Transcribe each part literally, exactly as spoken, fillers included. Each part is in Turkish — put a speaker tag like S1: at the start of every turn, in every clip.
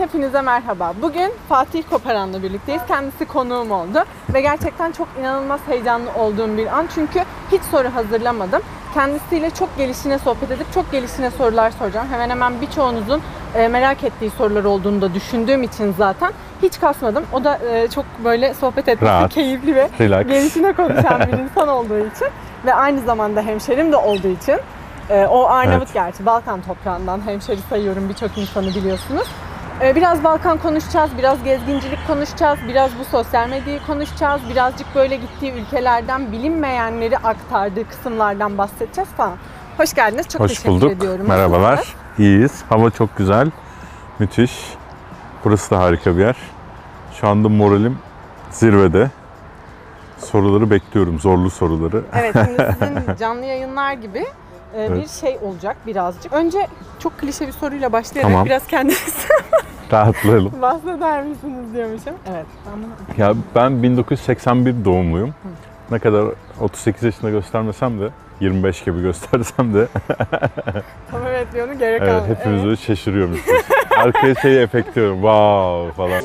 S1: hepinize merhaba. Bugün Fatih Koparan'la birlikteyiz. Kendisi konuğum oldu ve gerçekten çok inanılmaz heyecanlı olduğum bir an. Çünkü hiç soru hazırlamadım. Kendisiyle çok gelişine sohbet edip çok gelişine sorular soracağım. Hemen hemen birçoğunuzun merak ettiği sorular olduğunu da düşündüğüm için zaten hiç kasmadım. O da çok böyle sohbet etmesi
S2: rahat,
S1: keyifli ve
S2: relax,
S1: gelişine konuşan bir insan olduğu için ve aynı zamanda hemşerim de olduğu için. O Arnavut, evet. Gerçi Balkan toprağından hemşeri sayıyorum, birçok insanı biliyorsunuz. Biraz Balkan konuşacağız, biraz gezgincilik konuşacağız, biraz bu sosyal medyayı konuşacağız, birazcık böyle gittiği ülkelerden bilinmeyenleri aktardığı kısımlardan bahsedeceğiz falan. Hoş geldiniz, çok
S2: Hoş
S1: teşekkür
S2: bulduk.
S1: ediyorum.
S2: Merhabalar, iyiyiz. Hava çok güzel, müthiş. Burası da harika bir yer. Şu anda moralim zirvede. Soruları bekliyorum, zorlu soruları.
S1: Evet, şimdi sizin canlı yayınlar gibi bir evet. şey olacak birazcık. Önce çok klişe bir soruyla başlayarak tamam. biraz kendinizi
S2: rahatlayalım.
S1: bahseder misiniz diyormuşum. Evet. Ben bunu...
S2: Ya ben bin dokuz yüz seksen bir doğumluyum. Hı. Ne kadar otuz sekiz yaşında göstermesem de, yirmi beş gibi göstersem de.
S1: Tamam, evet diyorum, gerek
S2: evet,
S1: kalmadı.
S2: hepimiz evet. Böyle şaşırıyormuşuz. Arkaya şeyi efektliyorum, wow falan.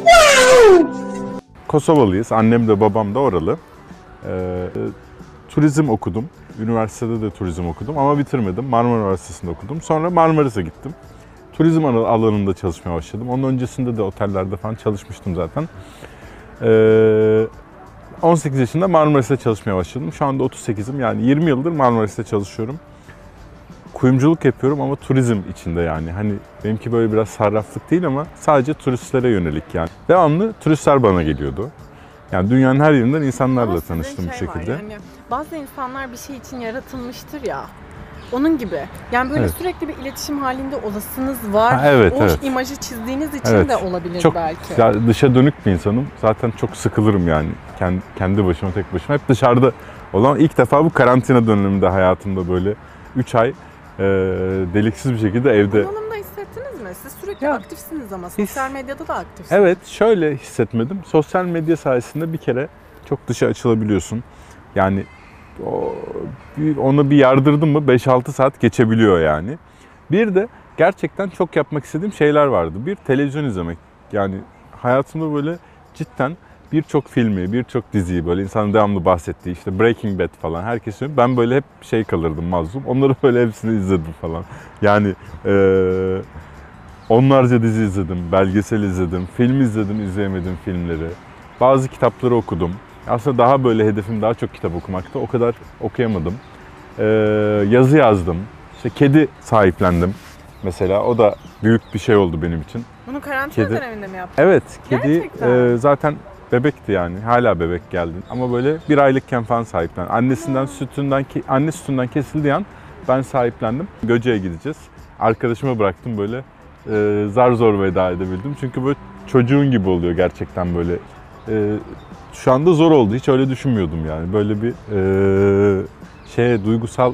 S2: Kosovalıyız, annem de babam da oralı. Ee, turizm okudum. Üniversitede de turizm okudum ama bitirmedim. Marmara Üniversitesi'nde okudum. Sonra Marmaris'e gittim. Turizm alanında çalışmaya başladım. Onun öncesinde de otellerde falan çalışmıştım zaten. Ee, on sekiz yaşında Marmaris'te çalışmaya başladım. Şu anda otuz sekizim, yani yirmi yıldır Marmaris'te çalışıyorum. Kuyumculuk yapıyorum ama turizm içinde yani. Hani benimki böyle biraz sarraflık değil ama sadece turistlere yönelik yani. Devamlı turistler bana geliyordu. Yani dünyanın her yerinden insanlarla
S1: ama
S2: tanıştım
S1: şey
S2: bu şekilde.
S1: Yani, bazı insanlar bir şey için yaratılmıştır ya. Onun gibi. Yani böyle evet. sürekli bir iletişim halinde olasınız var.
S2: Ha, evet,
S1: o
S2: evet.
S1: imajı çizdiğiniz için
S2: evet.
S1: de olabilir
S2: çok,
S1: belki.
S2: Ya dışa dönük bir insanım. Zaten çok sıkılırım yani. Kendi, kendi başıma, tek başıma. Hep dışarıda olan, ilk defa bu karantina döneminde hayatımda böyle üç ay e, deliksiz bir şekilde evde.
S1: Bunalımda hissettiniz mi? Siz sürekli
S2: ya,
S1: aktifsiniz ama sosyal medyada da aktifsiniz.
S2: Evet, şöyle hissetmedim. Sosyal medya sayesinde bir kere çok dışa açılabiliyorsun. Yani o, ona bir yardırdın mı beş altı saat geçebiliyor yani. Bir de gerçekten çok yapmak istediğim şeyler vardı. Bir, televizyon izlemek. Yani hayatımda böyle cidden birçok filmi, birçok diziyi, böyle insanın devamlı bahsettiği işte Breaking Bad falan, herkes söylüyor. Ben böyle hep şey kalırdım, mazlum. Onları böyle hepsini izledim falan. Yani ee, onlarca dizi izledim, belgesel izledim, film izledim, izleyemedim filmleri. Bazı kitapları okudum. Aslında daha böyle hedefim daha çok kitap okumakta. O kadar okuyamadım. Ee, yazı yazdım. İşte kedi sahiplendim. Mesela o da büyük bir şey oldu benim için.
S1: Bunu karantina kedi... döneminde mi yaptın?
S2: Evet. Kedi e, zaten bebekti yani. Hala bebek geldi. Ama böyle bir aylıkken falan sahiplendim. Annesinden, hmm. sütünden, anne sütünden kesildiği an ben sahiplendim. Göce'ye gideceğiz. Arkadaşıma bıraktım böyle. E, zar zor veda edebildim. Çünkü böyle çocuğun gibi oluyor gerçekten böyle. E, şu anda zor oldu. Hiç öyle düşünmüyordum yani. Böyle bir e, şeye, duygusal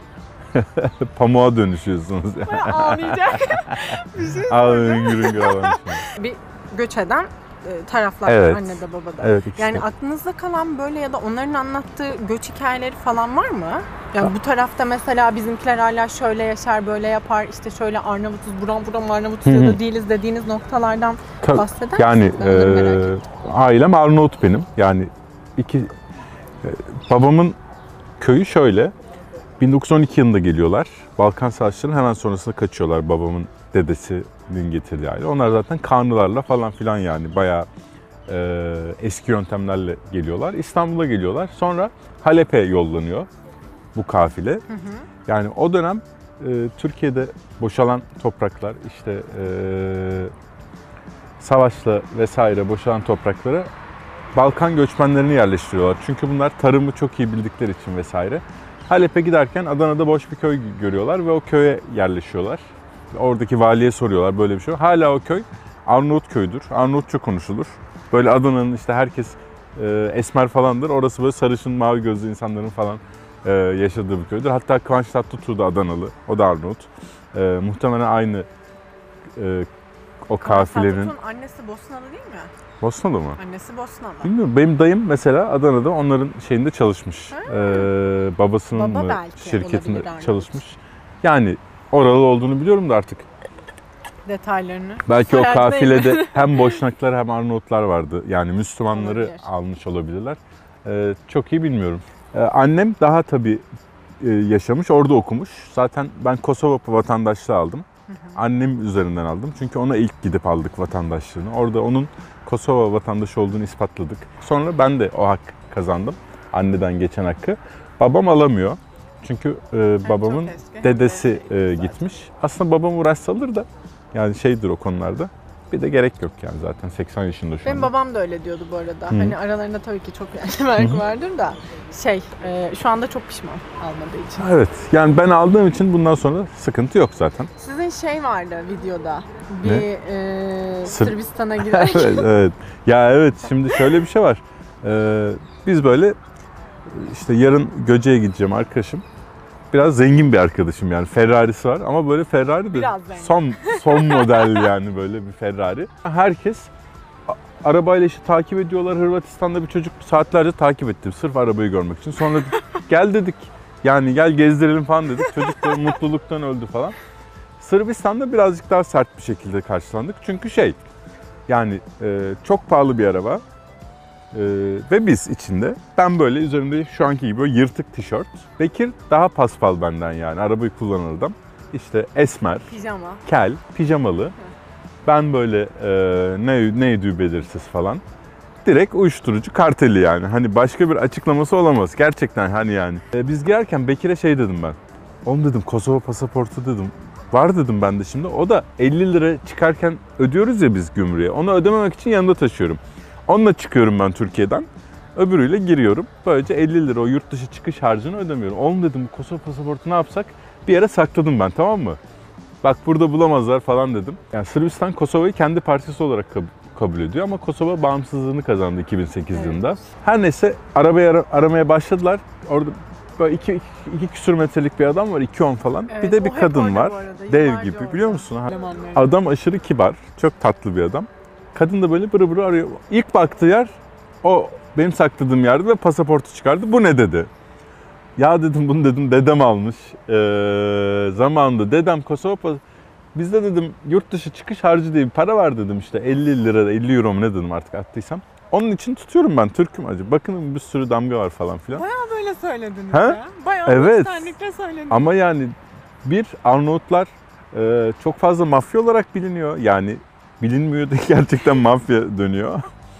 S2: pamuğa dönüşüyorsunuz yani.
S1: Ağlayacak. Bir şey
S2: Ağlayın, gürün gür ağlamışım.
S1: Bir göç eden taraflar
S2: evet.
S1: annede babada.
S2: Evet,
S1: yani aklınızda kalan böyle ya da onların anlattığı göç hikayeleri falan var mı? Yani bu tarafta mesela bizimkiler hala şöyle yaşar, böyle yapar, işte şöyle Arnavutuz, buram buram Arnavutuz ya da değiliz dediğiniz noktalardan Ta, bahseder
S2: yani,
S1: misiniz? Yani
S2: e, ailem Arnavut benim. Yani iki e, babamın köyü şöyle. bin dokuz yüz on iki yılında geliyorlar. Balkan Savaşları'nın hemen sonrasında kaçıyorlar, babamın dedesinin getirdiği aile. Onlar zaten kanlılarla falan filan yani bayağı e, eski yöntemlerle geliyorlar. İstanbul'a geliyorlar. Sonra Halep'e yollanıyor bu kafile. Hı hı. Yani o dönem e, Türkiye'de boşalan topraklar, işte e, savaşla vesaire boşalan topraklara Balkan göçmenlerini yerleştiriyorlar. Çünkü bunlar tarımı çok iyi bildikleri için vesaire. Halep'e giderken Adana'da boş bir köy görüyorlar ve o köye yerleşiyorlar. Oradaki valiye soruyorlar, böyle bir şey. Hala o köy Arnavut köyüdür. Arnavutça konuşulur. Böyle Adana'nın işte herkes e, esmer falandır. Orası böyle sarışın, mavi gözlü insanların falan e, yaşadığı bir köydür. Hatta Kıvanç Tatlıtuğ da Adanalı. O da Arnavut. E, muhtemelen aynı e, o kafilenin...
S1: Kıvanç Tatlıtuğ'un annesi Bosnalı değil mi?
S2: Bosnalı mı?
S1: Annesi Bosnalı.
S2: Bilmiyorum. Benim dayım mesela Adana'da onların şeyinde çalışmış. Ee, babasının
S1: Baba
S2: mı şirketinde çalışmış. Yani oralı olduğunu biliyorum da artık
S1: detaylarını.
S2: Belki o
S1: Soyadı
S2: kafilede
S1: neydi?
S2: hem Boşnaklar hem Arnavutlar vardı. Yani Müslümanları
S1: Olabilir.
S2: almış olabilirler. Ee, çok iyi bilmiyorum. Ee, annem daha tabii e, yaşamış, orada okumuş. Zaten ben Kosova vatandaşlığı aldım.
S1: Hı hı.
S2: Annem üzerinden aldım. Çünkü ona ilk gidip aldık vatandaşlığını. Orada onun Kosova vatandaşı olduğunu ispatladık. Sonra ben de o hak kazandım. Anneden geçen hakkı. Babam alamıyor. Çünkü e, babamın
S1: çok eski, hem de
S2: dedesi
S1: şey
S2: e,
S1: zaten.
S2: gitmiş. Aslında babam uğraşsa alır da yani şeydir o konularda. Bir de gerek yok yani zaten seksen yaşında şu
S1: Benim
S2: anda.
S1: babam da öyle diyordu bu arada.
S2: Hı.
S1: Hani aralarında tabii ki çok yaş farkı vardır da şey e, şu anda çok pişman almadığı için.
S2: Evet yani ben aldığım için bundan sonra sıkıntı yok zaten.
S1: Sizin şey vardı videoda. Bir
S2: Ne?
S1: e,
S2: Sır-
S1: Sırbistan'a giderken.
S2: evet, evet. Ya evet şimdi şöyle bir şey var. Ee, biz böyle işte yarın Göce'ye gideceğim arkadaşım. Biraz zengin bir arkadaşım yani. Ferrari'si var ama böyle Ferrari de
S1: Biraz zengin.
S2: son son model yani böyle bir Ferrari. Herkes a- arabayla işte takip ediyorlar. Hırvatistan'da bir çocuk saatlerce takip ettim sırf arabayı görmek için. Sonra gel dedik. Yani gel gezdirelim falan dedik. Çocuk da mutluluktan öldü falan. Sırbistan'da birazcık daha sert bir şekilde karşılandık. Çünkü şey yani e, çok pahalı bir araba. Ee, ve biz içinde. Ben böyle üzerimde şu anki gibi böyle yırtık tişört. Bekir daha paspal benden yani arabayı kullanan adam. İşte esmer,
S1: Pijama.
S2: kel, pijamalı. Ben böyle e, ne neydi belirsiz falan. Direkt uyuşturucu karteli yani. Hani başka bir açıklaması olamaz. Gerçekten hani yani. E, biz girerken Bekir'e şey dedim ben. Oğlum dedim Kosova pasaportu dedim. Var dedim ben de şimdi. O da elli lira çıkarken ödüyoruz ya biz gümrüğe. Onu ödememek için yanında taşıyorum. Onunla çıkıyorum ben Türkiye'den. Öbürüyle giriyorum. Böylece elli lira o yurt dışı çıkış harcını ödemiyorum. Oğlum dedim Kosova pasaportu ne yapsak? Bir yere sakladım ben, tamam mı? Bak burada bulamazlar falan dedim. Yani Sırbistan Kosova'yı kendi partisi olarak kab- kabul ediyor ama Kosova bağımsızlığını kazandı iki bin sekiz
S1: Evet.
S2: yılında. Her neyse arabayı ara- aramaya başladılar. Orada böyle iki, iki, iki küsür metrelik bir adam var, iki on falan.
S1: Evet,
S2: bir de
S1: o
S2: bir
S1: hep
S2: kadın
S1: orada
S2: var.
S1: bu arada,
S2: Dev
S1: yıllarca
S2: gibi
S1: orada.
S2: biliyor musun? Ha-
S1: Elemanları.
S2: Adam aşırı kibar, çok tatlı bir adam. Kadın da böyle bırı bırı arıyor. İlk baktığı yer o benim sakladığım yerdi ve pasaportu çıkardı. Bu ne dedi? Ya dedim bunu dedim dedem almış. Ee, zamanında dedem Kosova pas- bizde dedim yurt dışı çıkış harcı diye bir para var dedim işte elli lira elli euro mu ne dedim artık attıysam. Onun için tutuyorum ben Türk'üm acı. Bakın bir sürü damga var falan filan.
S1: Bayağı böyle söylediniz
S2: Ha?
S1: ya. Bayağı
S2: Evet.
S1: içtenlikle söylediniz.
S2: Ama yani bir Arnavutlar e, çok fazla mafya olarak biliniyor. Yani bilinmiyor da gerçekten mafya dönüyor.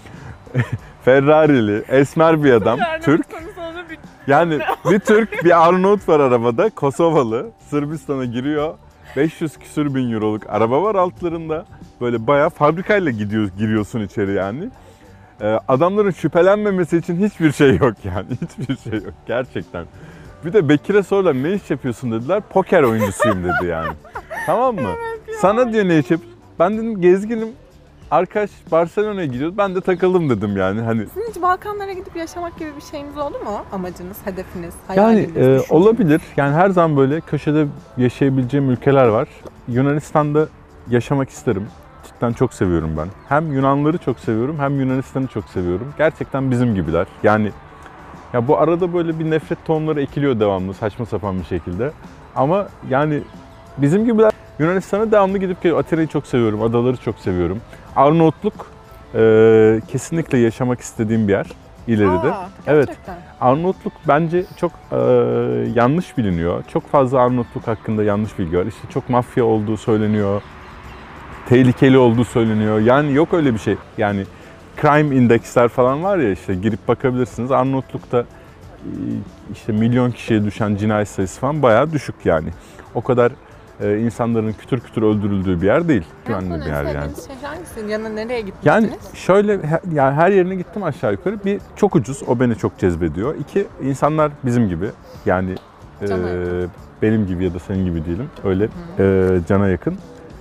S2: Ferrari'li, esmer bir adam,
S1: Yani
S2: Türk.
S1: bu konu sonra bir-
S2: Yani bir Türk, bir Arnavut var arabada, Kosovalı, Sırbistan'a giriyor. beş yüz küsür bin euroluk araba var altlarında. Böyle bayağı fabrikayla gidiyor, giriyorsun içeri yani. Ee, adamların şüphelenmemesi için hiçbir şey yok yani. Hiçbir şey yok gerçekten. Bir de Bekir'e sordular ne iş yapıyorsun dediler. Poker oyuncusuyum dedi yani. Tamam mı? Sana diyor ne iş yap? Ben dedim gezginim. Arkadaş Barcelona'ya gidiyordu. Ben de takıldım dedim yani. Hani
S1: Sizin hiç Balkanlara gidip yaşamak gibi bir şeyiniz oldu mu? Amacınız, hedefiniz,
S2: yani
S1: hayaliniz,
S2: e,
S1: düşünceniz?
S2: olabilir. Yani her zaman böyle köşede yaşayabileceğim ülkeler var. Yunanistan'da yaşamak isterim. Cidden çok seviyorum ben. Hem Yunanları çok seviyorum hem Yunanistan'ı çok seviyorum. Gerçekten bizim gibiler. Yani ya bu arada böyle bir nefret tohumları ekiliyor devamlı saçma sapan bir şekilde. Ama yani bizim gibiler. Yunanistan'a devamlı gidip geliyorum. Atina'yı çok seviyorum, adaları çok seviyorum. Arnavutluk e, kesinlikle yaşamak istediğim bir yer ileride.
S1: Aa,
S2: Evet.
S1: gerçekten.
S2: Arnavutluk bence çok e, yanlış biliniyor. Çok fazla Arnavutluk hakkında yanlış bilgi var. İşte çok mafya olduğu söyleniyor. Tehlikeli olduğu söyleniyor. Yani yok öyle bir şey. Yani crime indeksler falan var ya işte girip bakabilirsiniz. Arnavutluk'ta e, işte milyon kişiye düşen cinayet sayısı falan bayağı düşük yani. O kadar e, insanların kütür kütür öldürüldüğü bir yer değil. Güvenli bir yer yani.
S1: Şehir hangisi? Yanına nereye gittiniz?
S2: Yani şöyle he- yani her yerine gittim aşağı yukarı. Bir çok ucuz, o beni çok cezbediyor. İki insanlar bizim gibi. Yani e,
S1: Cana yakın.
S2: benim gibi ya da senin gibi diyelim. Öyle e, cana yakın.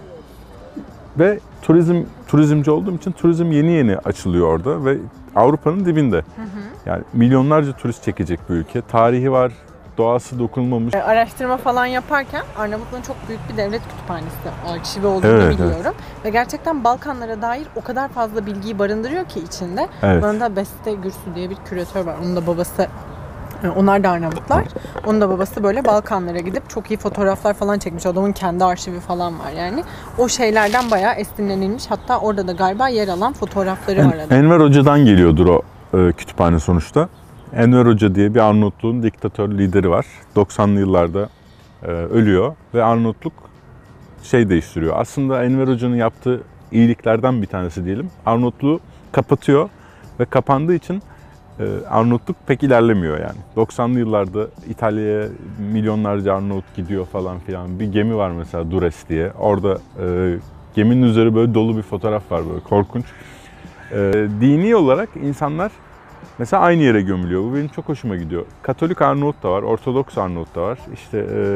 S2: Ve turizm turizmci olduğum için turizm yeni yeni açılıyor orada ve Avrupa'nın dibinde.
S1: Hı hı.
S2: Yani milyonlarca turist çekecek bir ülke. Tarihi var, doğası dokunulmamış.
S1: E, Araştırma falan yaparken Arnavutluğun çok büyük bir devlet kütüphanesi, arşivi olduğunu
S2: Evet,
S1: biliyorum. Ve gerçekten Balkanlara dair o kadar fazla bilgiyi barındırıyor ki içinde.
S2: Evet.
S1: Buranın da Beste Gürsü diye bir küratör var. Onun da babası Onlar da Arnavutlar. Onun da babası böyle Balkanlara gidip çok iyi fotoğraflar falan çekmiş. Adamın kendi arşivi falan var yani. O şeylerden bayağı esinlenilmiş. Hatta orada da galiba yer alan fotoğrafları
S2: En,
S1: var. Adam.
S2: Enver Hoca'dan geliyordur o e, kütüphane sonuçta. Enver Hoca diye bir Arnavutluğun diktatör lideri var. doksanlı yıllarda e, ölüyor ve Arnavutluk şey değiştiriyor. Aslında Enver Hoca'nın yaptığı iyiliklerden bir tanesi diyelim. Arnavutluğu kapatıyor ve kapandığı için e, Arnavutluk pek ilerlemiyor yani. doksanlı yıllarda İtalya'ya milyonlarca Arnavut gidiyor falan filan. Bir gemi var mesela Dures diye. Orada e, geminin üzeri böyle dolu bir fotoğraf var böyle korkunç. E, dini olarak insanlar mesela aynı yere gömülüyor. Bu benim çok hoşuma gidiyor. Katolik Arnavut da var, Ortodoks Arnavut da var. İşte e,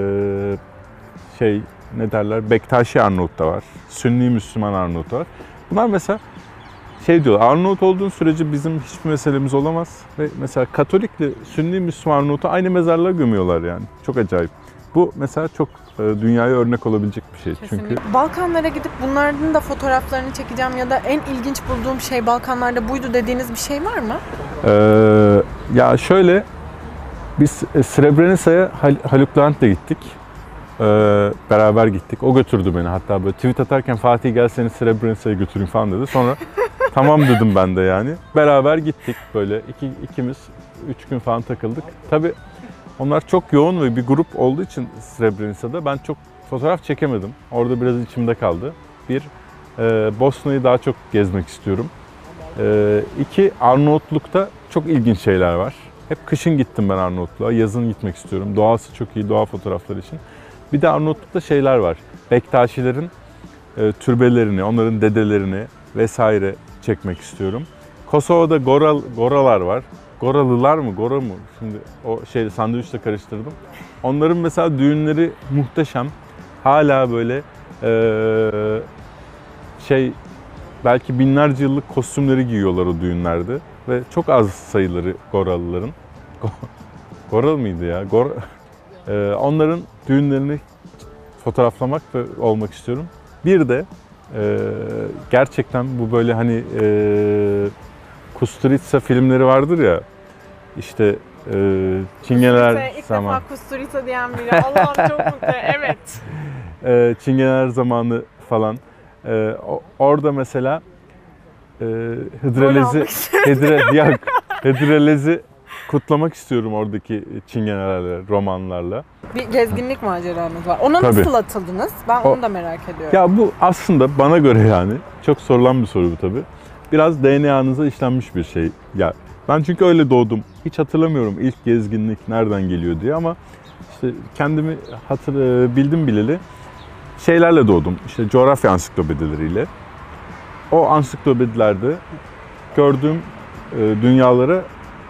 S2: şey ne derler, Bektaşi Arnavut da var, Sünni Müslüman Arnavut da var. Bunlar mesela şey diyorlar, Arnavut olduğun sürece bizim hiçbir meselemiz olamaz. Ve mesela Katolikle Sünni Müslüman Arnavut'u aynı mezarlığa gömüyorlar yani. Çok acayip. Bu mesela çok e, dünyaya örnek olabilecek bir şey.
S1: Kesinlikle.
S2: Çünkü
S1: Balkanlara gidip bunların da fotoğraflarını çekeceğim ya da en ilginç bulduğum şey Balkanlarda buydu dediğiniz bir şey var mı?
S2: e, ya şöyle, biz Srebrenica'ya Hal- Haluk Levent'le gittik. Ee, beraber gittik. O götürdü beni. Hatta böyle tweet atarken Fatih gel seni Srebrenica'ya götüreyim falan dedi. Sonra tamam dedim ben de yani. Beraber gittik böyle iki, ikimiz üç gün falan takıldık. Tabii onlar çok yoğun ve bir grup olduğu için Srebrenica'da ben çok fotoğraf çekemedim. Orada biraz içimde kaldı. Bir, e, Bosna'yı daha çok gezmek istiyorum. E, iki, Arnavutluk'ta çok ilginç şeyler var. Hep kışın gittim ben Arnavutluğa. Yazın gitmek istiyorum. Doğası çok iyi, doğa fotoğrafları için. Bir de Arnavutluk'ta şeyler var. Bektaşilerin e, türbelerini, onların dedelerini vesaire çekmek istiyorum. Kosova'da Goral, Goralar var. Goralılar mı, Gora mı? Şimdi o şeyi sandviçle karıştırdım. Onların mesela düğünleri muhteşem. Hala böyle e, şey belki binlerce yıllık kostümleri giyiyorlar o düğünlerde. Ve çok az sayıları Goralıların. Goral mıydı ya? Gor ee, onların düğünlerini fotoğraflamak ve olmak istiyorum. Bir de e, gerçekten bu böyle hani e, Kusturica filmleri vardır ya, işte e, Çingeneler
S1: ilk
S2: zaman.
S1: defa Kusturica diyen biri. Allah'ım çok mutlu. Evet.
S2: E, Çingeneler zamanı falan. E, o, orada mesela e, Hıdrellez'i Hıdre, yok, Hıdrellez'i kutlamak istiyorum oradaki çingenelerle, romanlarla.
S1: Bir gezginlik maceranız var. Ona
S2: Tabii.
S1: nasıl atıldınız? Ben
S2: O-
S1: onu da merak ediyorum.
S2: Ya bu aslında bana göre yani çok sorulan bir soru bu tabii. Biraz D N A'nıza işlenmiş bir şey. Ya ben çünkü öyle doğdum. Hiç hatırlamıyorum ilk gezginlik nereden geliyor diye ama işte kendimi hatır bildim bileli şeylerle doğdum. İşte coğrafya ansiklopedileriyle. O ansiklopedilerde gördüğüm e, dünyalara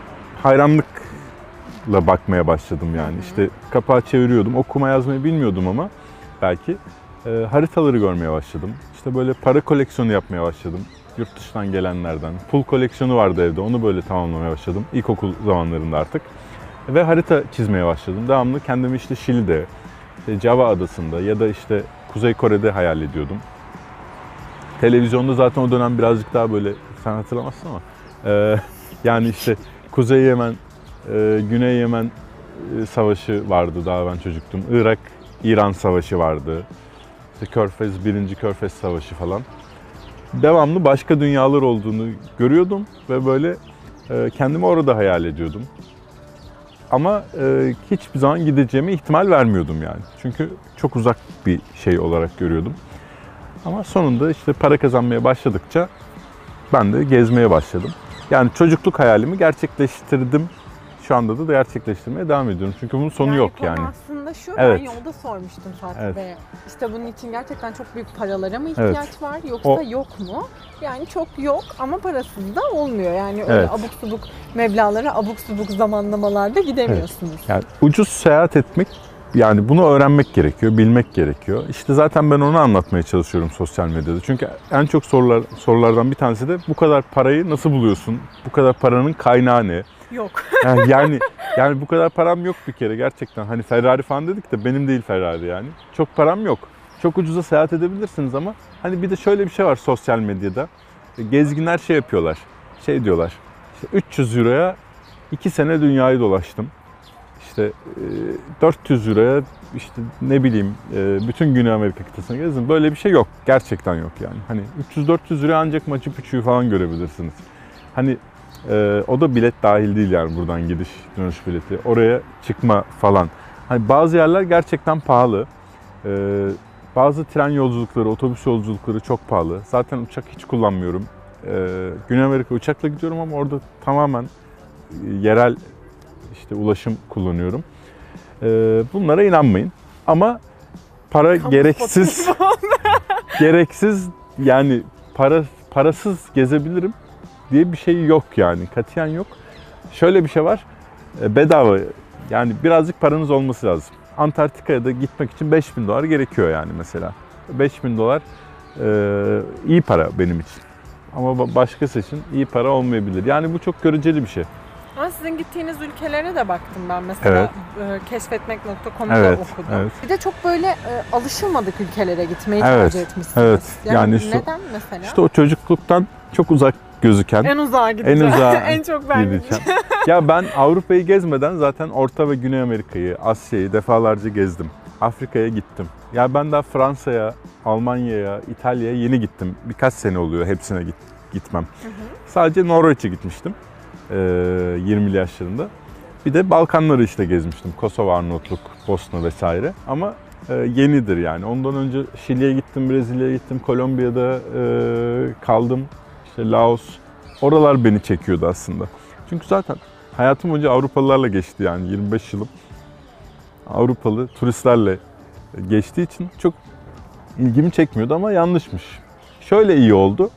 S2: hayranlıkla bakmaya başladım yani. İşte kapağı çeviriyordum. Okuma yazmayı bilmiyordum ama belki e, haritaları görmeye başladım. İşte böyle para koleksiyonu yapmaya başladım. Yurt dışından gelenlerden. Pul koleksiyonu vardı evde. Onu böyle tamamlamaya başladım. İlkokul zamanlarında artık. Ve harita çizmeye başladım. Devamlı kendimi işte Şili'de, işte Java adasında ya da işte Kuzey Kore'de hayal ediyordum. Televizyonda zaten o dönem birazcık daha böyle, sen hatırlamazsın ama e, yani işte Kuzey Yemen, e, Güney Yemen e, savaşı vardı daha ben çocuktum. Irak-İran savaşı vardı. İşte Körfez, birinci Körfez Savaşı falan. Devamlı başka dünyalar olduğunu görüyordum ve böyle e, kendimi orada hayal ediyordum. Ama e, hiçbir zaman gideceğime ihtimal vermiyordum yani. Çünkü çok uzak bir şey olarak görüyordum. Ama sonunda işte para kazanmaya başladıkça ben de gezmeye başladım. Yani çocukluk hayalimi gerçekleştirdim. Şu anda da gerçekleştirmeye devam ediyorum. Çünkü bunun sonu yok
S1: konu
S2: yani.
S1: aslında şu,
S2: Evet.
S1: ben yolda sormuştum Fatih
S2: Evet.
S1: Bey'e. İşte bunun için gerçekten çok büyük paralara mı ihtiyaç
S2: Evet.
S1: var yoksa
S2: O-
S1: yok mu? Yani çok yok ama parasız da olmuyor. Yani öyle
S2: Evet.
S1: abuk subuk meblağlara abuk subuk zamanlamalarda gidemiyorsunuz.
S2: Yani ucuz seyahat etmek, yani bunu öğrenmek gerekiyor, bilmek gerekiyor. İşte zaten ben onu anlatmaya çalışıyorum sosyal medyada. Çünkü en çok sorular sorulardan bir tanesi de bu kadar parayı nasıl buluyorsun? Bu kadar paranın kaynağı ne?
S1: Yok.
S2: Yani yani, yani bu kadar param yok bir kere gerçekten. Hani Ferrari falan dedik de benim değil Ferrari yani. Çok param yok. Çok ucuza seyahat edebilirsiniz ama hani bir de şöyle bir şey var sosyal medyada. Gezginler şey yapıyorlar. Şey diyorlar. İşte üç yüz euroya iki sene dünyayı dolaştım. işte e, dört yüz liraya işte ne bileyim e, bütün Güney Amerika kıtasını gezin. Böyle bir şey yok. Gerçekten yok yani. Hani üç yüz dört yüz liraya ancak Machu Picchu'yu falan görebilirsiniz. Hani e, o da bilet dahil değil yani, buradan gidiş dönüş bileti. Oraya çıkma falan. Hani bazı yerler gerçekten pahalı. E, bazı tren yolculukları, otobüs yolculukları çok pahalı. Zaten uçak hiç kullanmıyorum. E, Güney Amerika uçakla gidiyorum ama orada tamamen yerel işte ulaşım kullanıyorum. E, bunlara inanmayın. Ama para
S1: Kamu
S2: gereksiz gereksiz yani para parasız gezebilirim diye bir şey yok yani. Katiyen yok. Şöyle bir şey var. E, bedava yani birazcık paranız olması lazım. Antarktika'ya da gitmek için beş bin dolar gerekiyor yani mesela. beş bin dolar e, iyi para benim için. Ama başkası için iyi para olmayabilir. Yani bu çok göreceli bir şey.
S1: Ama sizin gittiğiniz ülkelere de baktım ben mesela.
S2: Evet.
S1: E, keşfetmek nokta com'da
S2: Evet,
S1: okudum.
S2: evet.
S1: Bir de çok böyle e, alışılmadık ülkelere gitmeyi
S2: Evet,
S1: tercih etmişsiniz.
S2: evet.
S1: Yani,
S2: Yani şu-
S1: neden mesela?
S2: İşte o çocukluktan çok uzak gözüken,
S1: en uzağa
S2: en
S1: gideceğim.
S2: uzağa
S1: en çok ben
S2: gideceğim.
S1: gideceğim.
S2: Ya ben Avrupa'yı gezmeden zaten Orta ve Güney Amerika'yı, Asya'yı defalarca gezdim. Afrika'ya gittim. Ya ben daha Fransa'ya, Almanya'ya, İtalya'ya yeni gittim. Birkaç sene oluyor hepsine git, gitmem.
S1: Hı hı.
S2: Sadece Norveç'e gitmiştim ee, yirmili yaşlarında. Bir de Balkanları işte gezmiştim. Kosova, Arnavutluk, Bosna vesaire. Ama e, yenidir yani. Ondan önce Şili'ye gittim, Brezilya'ya gittim, Kolombiya'da e, kaldım. İşte Laos. Oralar beni çekiyordu aslında. Çünkü zaten hayatım boyunca Avrupalılarla geçti yani yirmi beş yılım. Avrupalı turistlerle geçtiği için çok ilgimi çekmiyordu ama yanlışmış. Şöyle iyi oldu.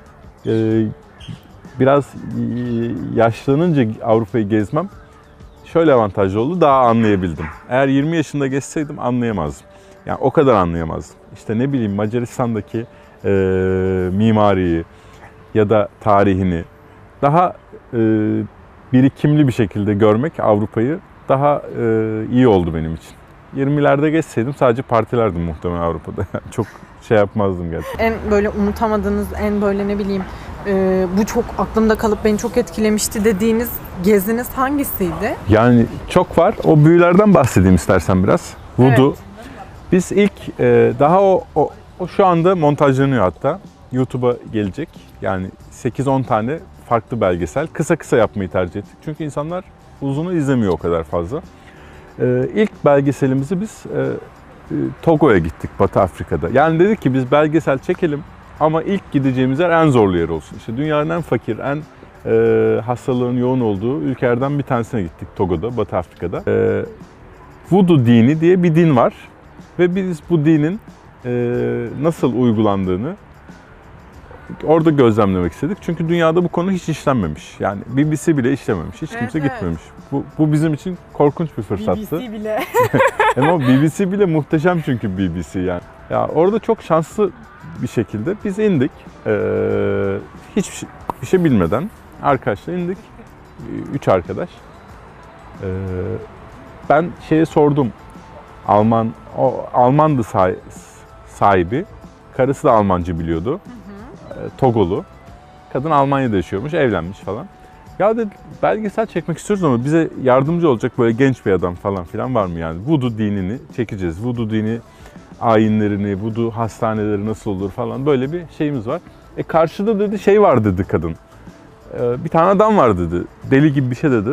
S2: Ee, biraz yaşlanınca Avrupa'yı gezmem şöyle avantajlı oldu. Daha anlayabildim. Eğer yirmi yaşında gezseydim anlayamazdım. Yani o kadar anlayamazdım. İşte ne bileyim Macaristan'daki e, mimariyi ya da tarihini daha e, birikimli bir şekilde görmek Avrupa'yı daha e, iyi oldu benim için. yirmilerde geçseydim sadece partilerdim muhtemelen Avrupa'da. Çok şey yapmazdım gerçekten.
S1: En böyle unutamadığınız, en böyle ne bileyim e, bu çok aklımda kalıp beni çok etkilemişti dediğiniz geziniz hangisiydi?
S2: Yani çok var. O büyülerden bahsedeyim istersen biraz. Voodoo.
S1: Evet.
S2: Biz ilk e, daha o, o, o şu anda montajlanıyor hatta. YouTube'a gelecek. Yani sekiz on tane farklı belgesel. Kısa kısa yapmayı tercih ettik. Çünkü insanlar uzunu izlemiyor o kadar fazla. Ee, ilk belgeselimizi biz e, e, Togo'ya gittik, Batı Afrika'da. Yani dedik ki biz belgesel çekelim ama ilk gideceğimiz yer en zorlu yer olsun. İşte dünyanın en fakir, en e, hastalığın yoğun olduğu ülkelerden bir tanesine gittik Togo'da, Batı Afrika'da. E, Voodoo dini diye bir din var ve biz bu dinin e, nasıl uygulandığını orada gözlemlemek istedik. Çünkü dünyada bu konu hiç işlenmemiş. Yani B B C bile işlememiş. Hiç
S1: Evet,
S2: kimse
S1: evet.
S2: gitmemiş. Bu, bu bizim için korkunç bir fırsattı.
S1: B B C bile.
S2: Ama B B C bile muhteşem çünkü B B C yani. Ya orada çok şanslı bir şekilde biz indik. Ee, hiçbir şey, bir şey bilmeden arkadaşlar indik. Üç arkadaş. Ee, ben şeye sordum. Alman, o Almandı sahi- sahibi. Karısı da Almanca biliyordu. Togolu. Kadın Almanya'da yaşıyormuş, evlenmiş falan. Ya dedi belgesel çekmek istiyoruz ama bize yardımcı olacak böyle genç bir adam falan filan var mı yani? Voodoo dinini çekeceğiz. Voodoo dini ayinlerini, voodoo hastaneleri nasıl olur falan böyle bir şeyimiz var. E karşıda dedi şey var dedi kadın. E, bir tane adam var dedi. Deli gibi bir şey dedi.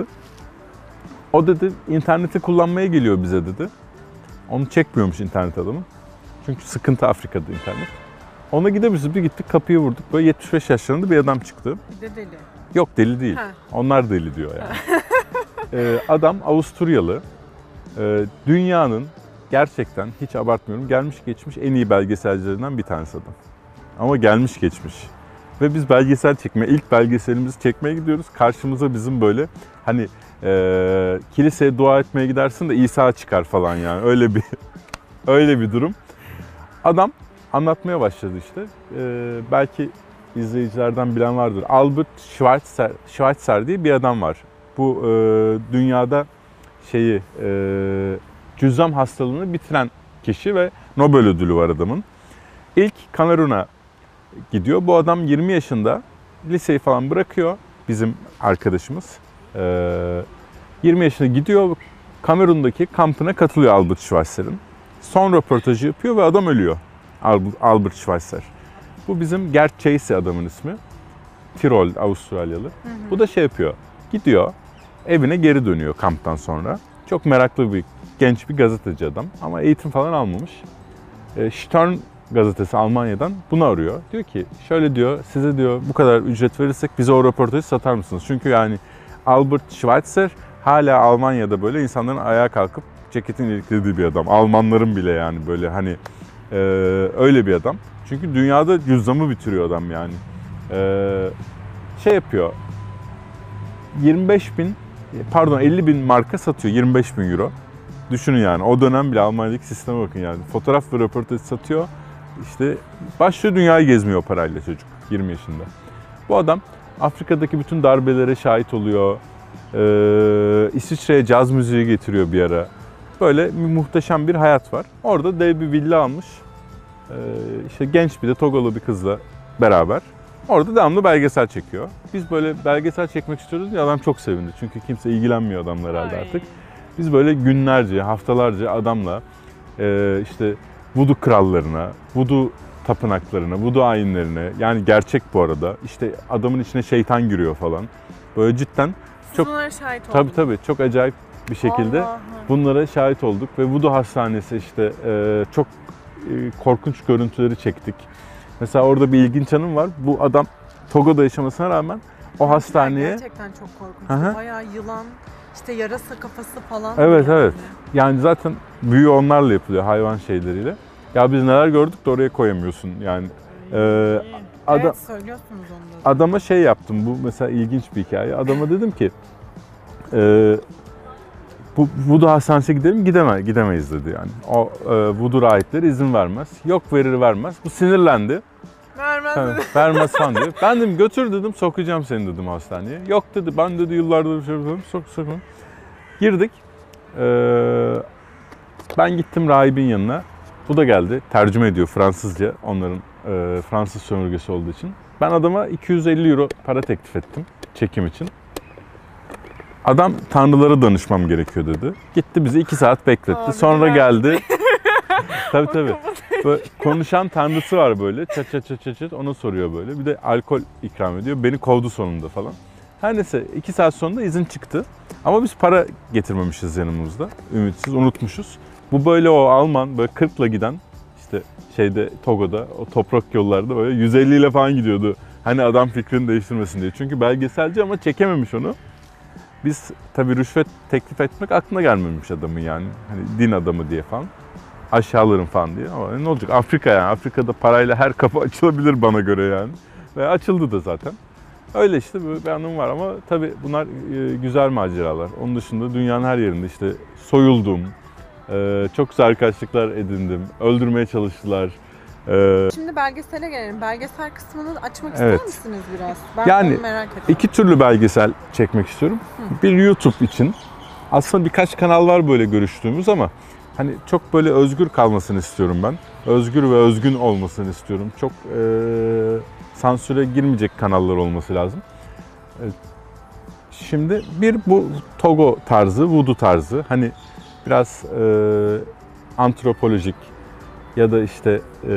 S2: O dedi interneti kullanmaya geliyor bize dedi. Onu çekmiyormuş internet adamı. Çünkü sıkıntı Afrika'da internet. Ona gidebiliriz. Bir gittik kapıyı vurduk. Böyle yetmiş beş yaşlarında bir adam çıktı.
S1: Bir de deli.
S2: Yok deli değil.
S1: Ha.
S2: Onlar deli diyor yani. ee, adam Avusturyalı. Ee, dünyanın gerçekten hiç abartmıyorum gelmiş geçmiş en iyi belgeselcilerinden bir tanesi adam. Ama gelmiş geçmiş. Ve biz belgesel çekmeye, ilk belgeselimizi çekmeye gidiyoruz. Karşımıza bizim böyle hani e, kiliseye dua etmeye gidersin de İsa çıkar falan yani. Öyle bir öyle bir durum. Adam anlatmaya başladı işte. Ee, belki izleyicilerden bilen vardır. Albert Schweitzer, Schweitzer diye bir adam var. Bu e, dünyada şeyi e, cüzzam hastalığını bitiren kişi ve Nobel ödülü var adamın. İlk Kamerun'a gidiyor. Bu adam yirmi yaşında liseyi falan bırakıyor bizim arkadaşımız. Ee, yirmi yaşında gidiyor Kamerun'daki kampına katılıyor Albert Schweitzer''ın. Son röportajı yapıyor ve adam ölüyor. Albert Schweitzer. Bu bizim Gert Chasey adamın ismi. Tirol, Avustralyalı. Hı hı. Bu da şey yapıyor. Gidiyor, evine geri dönüyor kamptan sonra. Çok meraklı bir genç bir gazeteci adam ama eğitim falan almamış. E, Stern gazetesi Almanya'dan bunu arıyor. Diyor ki şöyle diyor, size diyor bu kadar ücret verirsek bize o röportajı satar mısınız? Çünkü yani Albert Schweitzer hala Almanya'da böyle insanların ayağa kalkıp ceketin iliklediği bir adam. Almanların bile yani böyle hani e, öyle bir adam. Çünkü dünyada cüzdanı bitiriyor adam yani. E, şey yapıyor. yirmi beş bin pardon elli bin marka satıyor. yirmi beş bin euro. Düşünün yani o dönem bile Almanya'daki sisteme bakın yani. Fotoğraf ve röportaj satıyor. İşte başlıyor dünyayı gezmiyor o parayla çocuk yirmi yaşında. Bu adam Afrika'daki bütün darbelere şahit oluyor. Ee, İsviçre'ye caz müziği getiriyor bir ara. Böyle bir muhteşem bir hayat var. Orada dev bir villa almış. Ee, işte genç bir de Togolu bir kızla beraber. Orada devamlı belgesel çekiyor. Biz böyle belgesel çekmek istiyoruz diye adam çok sevindi. Çünkü kimse ilgilenmiyor adamla herhalde artık. Biz böyle günlerce, haftalarca adamla e, işte vudu krallarına, vudu tapınaklarına, vudu ayinlerine, yani gerçek bu arada. İşte adamın içine şeytan giriyor falan. Böyle cidden çok
S1: bunlara şahit oldum.
S2: Tabii tabii çok acayip bir şekilde
S1: Allah'ım.
S2: bunlara şahit olduk ve vudu hastanesi işte e, çok e, korkunç görüntüleri çektik. Mesela orada bir ilginç anım var. Bu adam Togo'da yaşamasına rağmen o hastaneye...
S1: Gerçekten çok korkunç.
S2: Hı hı.
S1: Bayağı yılan, işte yarasa kafası falan.
S2: Evet
S1: yani.
S2: evet. Yani zaten büyü onlarla yapılıyor, hayvan şeyleriyle. Ya biz neler gördük de oraya koyamıyorsun yani. Ee, adam,
S1: evet söylüyorsunuz onu da.
S2: Adama şey yaptım, bu mesela ilginç bir hikaye. Adama dedim ki e, bu Vudu Hastanesi'ne gidelim, gideme, gidemeyiz dedi yani. O e, Vudu rahipleri izin vermez. Yok verir vermez. Bu sinirlendi.
S1: Vermez
S2: Yani,
S1: dedi.
S2: vermez falan diyor. Ben dedim götür dedim, sokacağım seni dedim hastaneye. Yok dedi, ben dedi yıllardır bir şey yapıyorum, sok sok. Girdik. Ee, ben gittim rahibin yanına. Bu da geldi. Tercüme ediyor Fransızca. Onların e, Fransız sömürgesi olduğu için. Ben adama iki yüz elli euro para teklif ettim çekim için. Adam tanrılara danışmam gerekiyor dedi. Gitti bizi iki saat bekletti.
S1: Abi
S2: Sonra
S1: ya.
S2: geldi. Tabii tabii. Böyle konuşan tanrısı var böyle. Çat çat çat çat çat ona soruyor böyle. Bir de alkol ikram ediyor. Beni kovdu sonunda falan. Her neyse iki saat sonra izin çıktı. Ama biz para getirmemişiz yanımızda. Ümitsiz, unutmuşuz. Bu böyle o Alman böyle kırkla giden işte şeyde Togo'da o toprak yollarda böyle yüz elli ile falan gidiyordu. Hani adam fikrini değiştirmesin diye. Çünkü belgeselci ama çekememiş onu. Biz tabii rüşvet teklif etmek aklına gelmemiş adamın yani. Hani din adamı diye falan. Aşağılarım falan diye. Ama ne olacak? Afrika yani. Afrika'da parayla her kapı açılabilir bana göre yani. Ve açıldı da zaten. Öyle işte böyle bir anım var ama tabii bunlar e, güzel maceralar. Onun dışında dünyanın her yerinde işte soyuldum, e, çok güzel arkadaşlıklar edindim, öldürmeye çalıştılar. E,
S1: Şimdi belgesele gelelim. Belgesel kısmını açmak
S2: Evet.
S1: ister misiniz biraz? Ben
S2: Yani
S1: onu merak ediyorum.
S2: iki türlü belgesel çekmek istiyorum.
S1: Hı.
S2: Bir YouTube için. Aslında birkaç kanal var böyle görüştüğümüz ama hani çok böyle özgür kalmasını istiyorum ben. Özgür ve özgün olmasını istiyorum. Çok e, sansüre girmeyecek kanallar olması lazım. E, şimdi bir bu Togo tarzı, Vudu tarzı. Hani biraz e, antropolojik ya da işte e,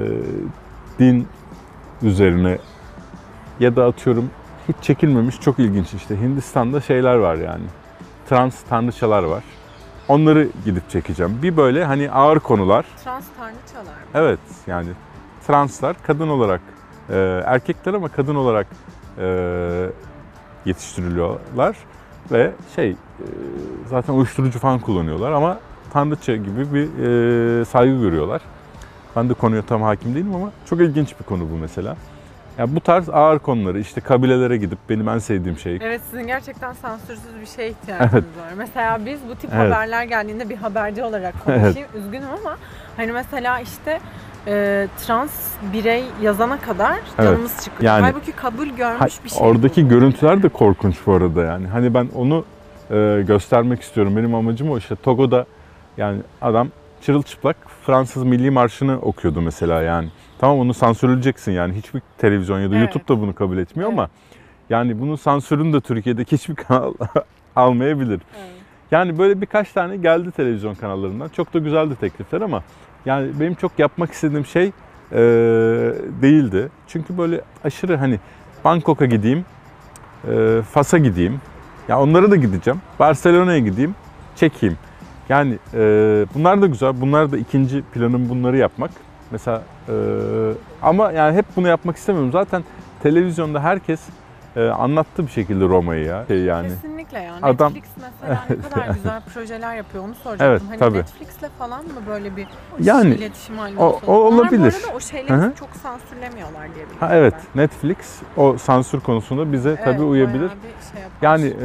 S2: din üzerine ya da atıyorum hiç çekilmemiş çok ilginç işte Hindistan'da şeyler var yani. Trans tanrıçalar var. Onları gidip çekeceğim. Bir böyle hani ağır konular.
S1: Trans tanrıçalar mı?
S2: Evet yani translar kadın olarak e, erkekler ama kadın olarak e, yetiştiriliyorlar ve şey e, zaten uyuşturucu falan kullanıyorlar ama tanrıça gibi bir e, saygı görüyorlar. Ben de konuya tam hakim değilim ama çok ilginç bir konu bu mesela. Yani bu tarz ağır konuları işte kabilelere gidip benim en sevdiğim şey.
S1: Evet, sizin gerçekten sansürsüz bir şeye ihtiyacınız
S2: Evet.
S1: var. Mesela biz bu tip
S2: Evet.
S1: haberler geldiğinde bir haberci olarak konuşayım. Üzgünüm ama hani mesela işte e, trans birey yazana kadar canımız çıkıyor.
S2: Yani-
S1: Halbuki kabul görmüş
S2: Ha,
S1: bir şey.
S2: oradaki
S1: bu.
S2: görüntüler de korkunç bu arada yani. Hani ben onu e, göstermek istiyorum. Benim amacım o işte Togo'da yani adam çırılçıplak Fransız Milli Marşı'nı okuyordu mesela yani. Tamam onu sansürleyeceksin yani hiçbir televizyon ya da
S1: Evet.
S2: YouTube da bunu kabul etmiyor
S1: Evet.
S2: ama yani bunun sansürünü de Türkiye'deki hiçbir kanal almayabilir.
S1: Evet.
S2: Yani böyle birkaç tane geldi televizyon kanallarından. Çok da güzeldi teklifler ama yani benim çok yapmak istediğim şey e, değildi. Çünkü böyle aşırı hani Bangkok'a gideyim, e, Fas'a gideyim. Ya onlara da gideceğim. Barcelona'ya gideyim, çekeyim. Yani e, bunlar da güzel. Bunlar da ikinci planım, bunları yapmak. Mesela e, ama yani hep bunu yapmak istemiyorum. Zaten televizyonda herkes e, anlattı bir şekilde Roma'yı ya. Şey yani.
S1: Kesinlikle ya.
S2: Adam-
S1: Netflix mesela ne kadar güzel projeler yapıyor onu soracaktım.
S2: Evet,
S1: hani
S2: tabii.
S1: Netflix'le falan mı böyle bir
S2: Yani,
S1: iletişim halinde
S2: o-
S1: olsanız?
S2: o
S1: Onlar
S2: olabilir.
S1: bu arada o şeyleri
S2: Hı hı.
S1: çok sansürlemiyorlar diye biliyorum
S2: Ha, evet,
S1: ben.
S2: Netflix o sansür konusunda bize
S1: Evet,
S2: tabii uyabilir.
S1: bayağı bir şey yapar.
S2: Yani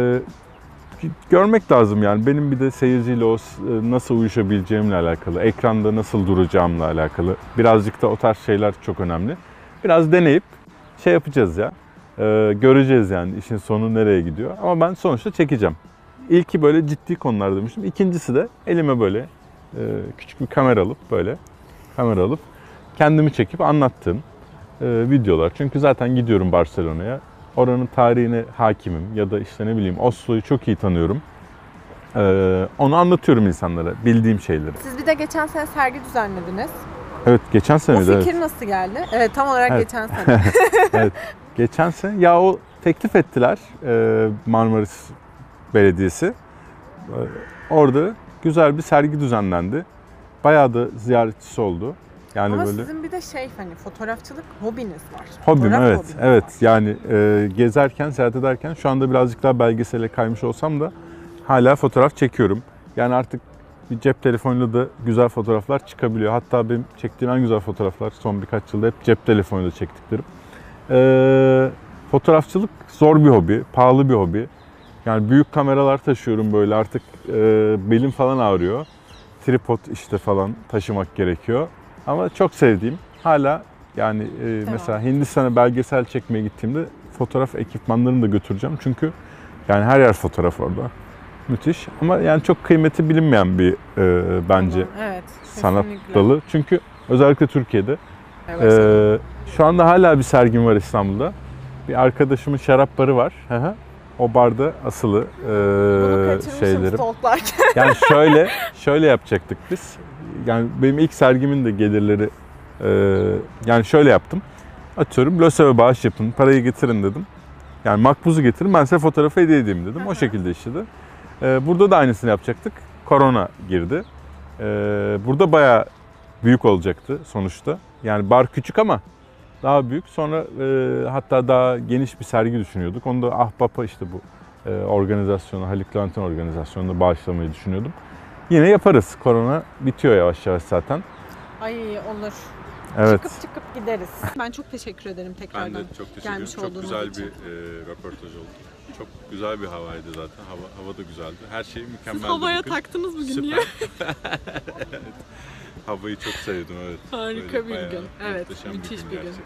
S2: e, görmek lazım yani. Benim bir de seyirciyle o s- e, nasıl uyuşabileceğimle alakalı, ekranda nasıl duracağımla alakalı. Birazcık da o tarz şeyler çok önemli. Biraz deneyip şey yapacağız ya. E, göreceğiz yani işin sonu nereye gidiyor. Ama ben sonuçta çekeceğim. İlki böyle ciddi konular demiştim. İkincisi de elime böyle e, küçük bir kamera alıp böyle kamera alıp kendimi çekip anlattığım e, videolar. Çünkü zaten gidiyorum Barcelona'ya. Oranın tarihine hakimim ya da işte ne bileyim Oslo'yu çok iyi tanıyorum. Ee, onu anlatıyorum insanlara, bildiğim şeyleri.
S1: Siz bir de geçen sene sergi düzenlediniz.
S2: Evet, geçen sene
S1: O
S2: de
S1: fikir
S2: evet.
S1: nasıl geldi? Evet, tam olarak
S2: Evet.
S1: geçen sene.
S2: Evet, geçen sene ya o teklif ettiler e, Marmaris Belediyesi. E, orada güzel bir sergi düzenlendi. Bayağı da ziyaretçisi oldu. Yani
S1: Ama
S2: böyle
S1: sizin bir de şey hani fotoğrafçılık hobiniz var.
S2: hobim,
S1: Fotoğraf
S2: evet.
S1: hobiniz
S2: Evet.
S1: var.
S2: Yani e, gezerken, seyahat ederken şu anda birazcık daha belgesele kaymış olsam da hala fotoğraf çekiyorum. Yani artık bir cep telefonuyla da güzel fotoğraflar çıkabiliyor. Hatta benim çektiğim en güzel fotoğraflar son birkaç yılda hep cep telefonuyla çektiklerim. E, fotoğrafçılık zor bir hobi, pahalı bir hobi. Yani büyük kameralar taşıyorum böyle artık e, belim falan ağrıyor. Tripod işte falan taşımak gerekiyor. Ama çok sevdiğim, hala yani e,
S1: Tamam.
S2: mesela Hindistan'a belgesel çekmeye gittiğimde fotoğraf ekipmanlarını da götüreceğim. Çünkü yani her yer fotoğraf orada. Müthiş ama yani çok kıymeti bilinmeyen bir e, bence
S1: Tamam, evet,
S2: sanat
S1: kesinlikle.
S2: dalı. Çünkü özellikle Türkiye'de
S1: Evet.
S2: e, şu anda hala bir sergim var İstanbul'da. Bir arkadaşımın şarap barı var. Hı hı. O barda asılı e,
S1: Bunu kaçırmışım
S2: şeylerim.
S1: stalklarken.
S2: Yani şöyle şöyle yapacaktık biz. Yani benim ilk sergimin de gelirleri e, yani şöyle yaptım. Atıyorum LÖSEV'e bağış yapın, parayı getirin dedim. Yani makbuzu getirin, ben size fotoğrafı hediye edeyim dedim. O şekilde işledi. E, burada da aynısını yapacaktık. Korona girdi. E, burada bayağı büyük olacaktı sonuçta. Yani bar küçük ama daha büyük. Sonra e, hatta daha geniş bir sergi düşünüyorduk. Onu da Ahbap'a işte bu e, organizasyonu, Haluk Levent'in organizasyonuna bağışlamayı düşünüyordum. Yine yaparız. Korona bitiyor yavaş yavaş zaten.
S1: Ay olur.
S2: Evet.
S1: Çıkıp çıkıp gideriz. Ben çok teşekkür ederim tekrardan.
S2: Ben de çok teşekkür
S1: gelmiş
S2: ederim. Çok
S1: olduğunuz
S2: güzel
S1: için.
S2: bir e, röportaj oldu. Çok güzel bir havaydı zaten. Hava, hava da güzeldi. Her şey mükemmeldi.
S1: Siz havaya
S2: bugün.
S1: taktınız bugün
S2: Süper.
S1: niye?
S2: Evet. Havayı çok sevdim, evet.
S1: Harika
S2: Böyle
S1: bir
S2: bayağı
S1: gün. Evet,
S2: muhteşem
S1: müthiş bir gün.
S2: gerçekten.